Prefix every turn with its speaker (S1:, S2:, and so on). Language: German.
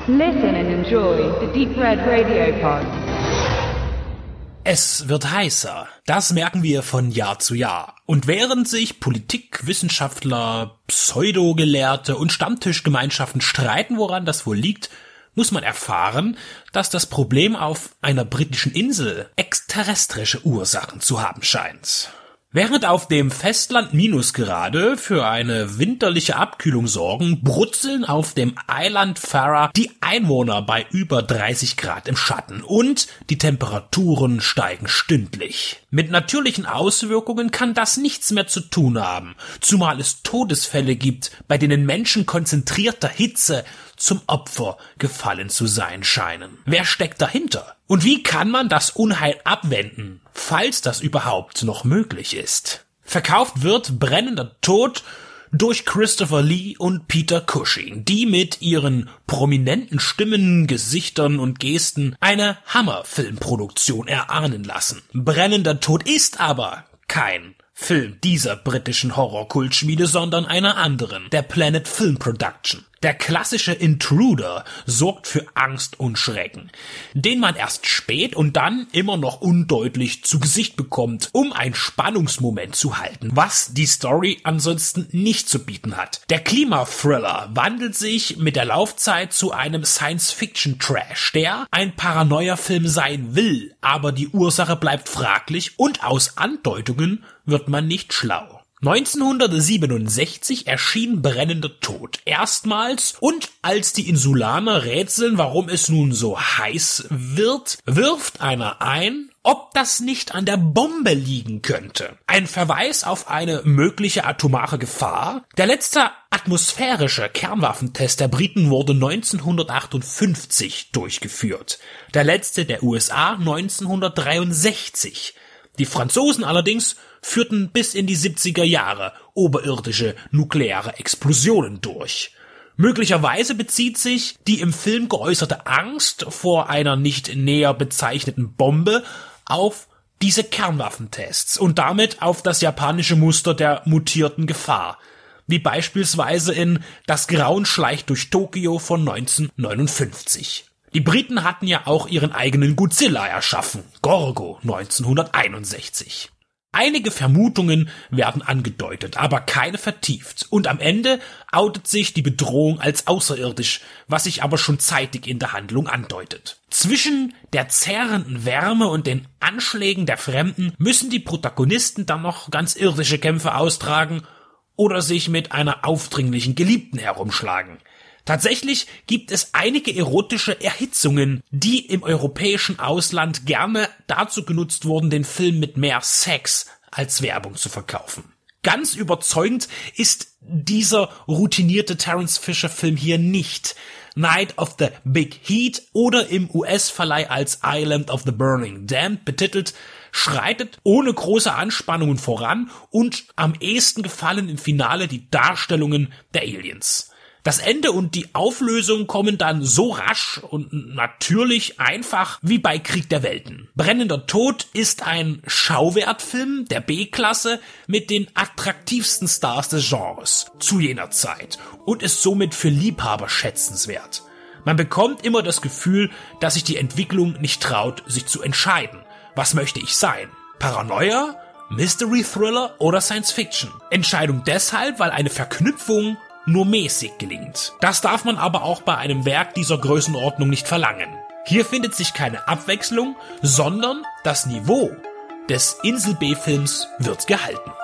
S1: Listen and enjoy the Deep Red Radio Pod.
S2: Es wird heißer. Das merken wir von Jahr zu Jahr. Und während sich Politik, Wissenschaftler, Pseudogelehrte und Stammtischgemeinschaften streiten, woran das wohl liegt, muss man erfahren, dass das Problem auf einer britischen Insel exterrestrische Ursachen zu haben scheint. Während auf dem Festland Minusgrade für eine winterliche Abkühlung sorgen, brutzeln auf dem Eiland Farra die Einwohner bei über 30 Grad im Schatten und die Temperaturen steigen stündlich. Mit natürlichen Auswirkungen kann das nichts mehr zu tun haben, zumal es Todesfälle gibt, bei denen Menschen konzentrierter Hitze zum Opfer gefallen zu sein scheinen. Wer steckt dahinter? Und wie kann man das Unheil abwenden, falls das überhaupt noch möglich ist? Verkauft wird Brennender Tod durch Christopher Lee und Peter Cushing, die mit ihren prominenten Stimmen, Gesichtern und Gesten eine Hammerfilmproduktion erahnen lassen. Brennender Tod ist aber kein Film dieser britischen Horrorkultschmiede, sondern einer anderen, der Planet Film Production. Der klassische Intruder sorgt für Angst und Schrecken, den man erst spät und dann immer noch undeutlich zu Gesicht bekommt, um ein Spannungsmoment zu halten, was die Story ansonsten nicht zu bieten hat. Der Klimathriller wandelt sich mit der Laufzeit zu einem Science-Fiction-Trash, der ein Paranoia-Film sein will, aber die Ursache bleibt fraglich und aus Andeutungen wird man nicht schlau. 1967 erschien Brennender Tod erstmals und als die Insulaner rätseln, warum es nun so heiß wird, wirft einer ein, ob das nicht an der Bombe liegen könnte. Ein Verweis auf eine mögliche atomare Gefahr. Der letzte atmosphärische Kernwaffentest der Briten wurde 1958 durchgeführt. Der letzte der USA 1963. Die Franzosen allerdings führten bis in die 70er Jahre oberirdische nukleare Explosionen durch. Möglicherweise bezieht sich die im Film geäußerte Angst vor einer nicht näher bezeichneten Bombe auf diese Kernwaffentests und damit auf das japanische Muster der mutierten Gefahr, wie beispielsweise in Das Grauen schleicht durch Tokio von 1959. Die Briten hatten ja auch ihren eigenen Godzilla erschaffen, Gorgo 1961. Einige Vermutungen werden angedeutet, aber keine vertieft. Und am Ende outet sich die Bedrohung als außerirdisch, was sich aber schon zeitig in der Handlung andeutet. Zwischen der zehrenden Wärme und den Anschlägen der Fremden müssen die Protagonisten dann noch ganz irdische Kämpfe austragen oder sich mit einer aufdringlichen Geliebten herumschlagen. Tatsächlich gibt es einige erotische Erhitzungen, die im europäischen Ausland gerne dazu genutzt wurden, den Film mit mehr Sex als Werbung zu verkaufen. Ganz überzeugend ist dieser routinierte Terence Fisher Film hier nicht. Night of the Big Heat oder im US-Verleih als Island of the Burning Damned betitelt, schreitet ohne große Anspannungen voran und am ehesten gefallen im Finale die Darstellungen der Aliens. Das Ende und die Auflösung kommen dann so rasch und natürlich einfach wie bei Krieg der Welten. Brennender Tod ist ein Schauwertfilm der B-Klasse mit den attraktivsten Stars des Genres zu jener Zeit und ist somit für Liebhaber schätzenswert. Man bekommt immer das Gefühl, dass sich die Entwicklung nicht traut, sich zu entscheiden. Was möchte ich sein? Paranoia? Mystery Thriller oder Science Fiction? Entscheidung deshalb, weil eine Verknüpfung nur mäßig gelingt. Das darf man aber auch bei einem Werk dieser Größenordnung nicht verlangen. Hier findet sich keine Abwechslung, sondern das Niveau des Insel-B-Films wird gehalten.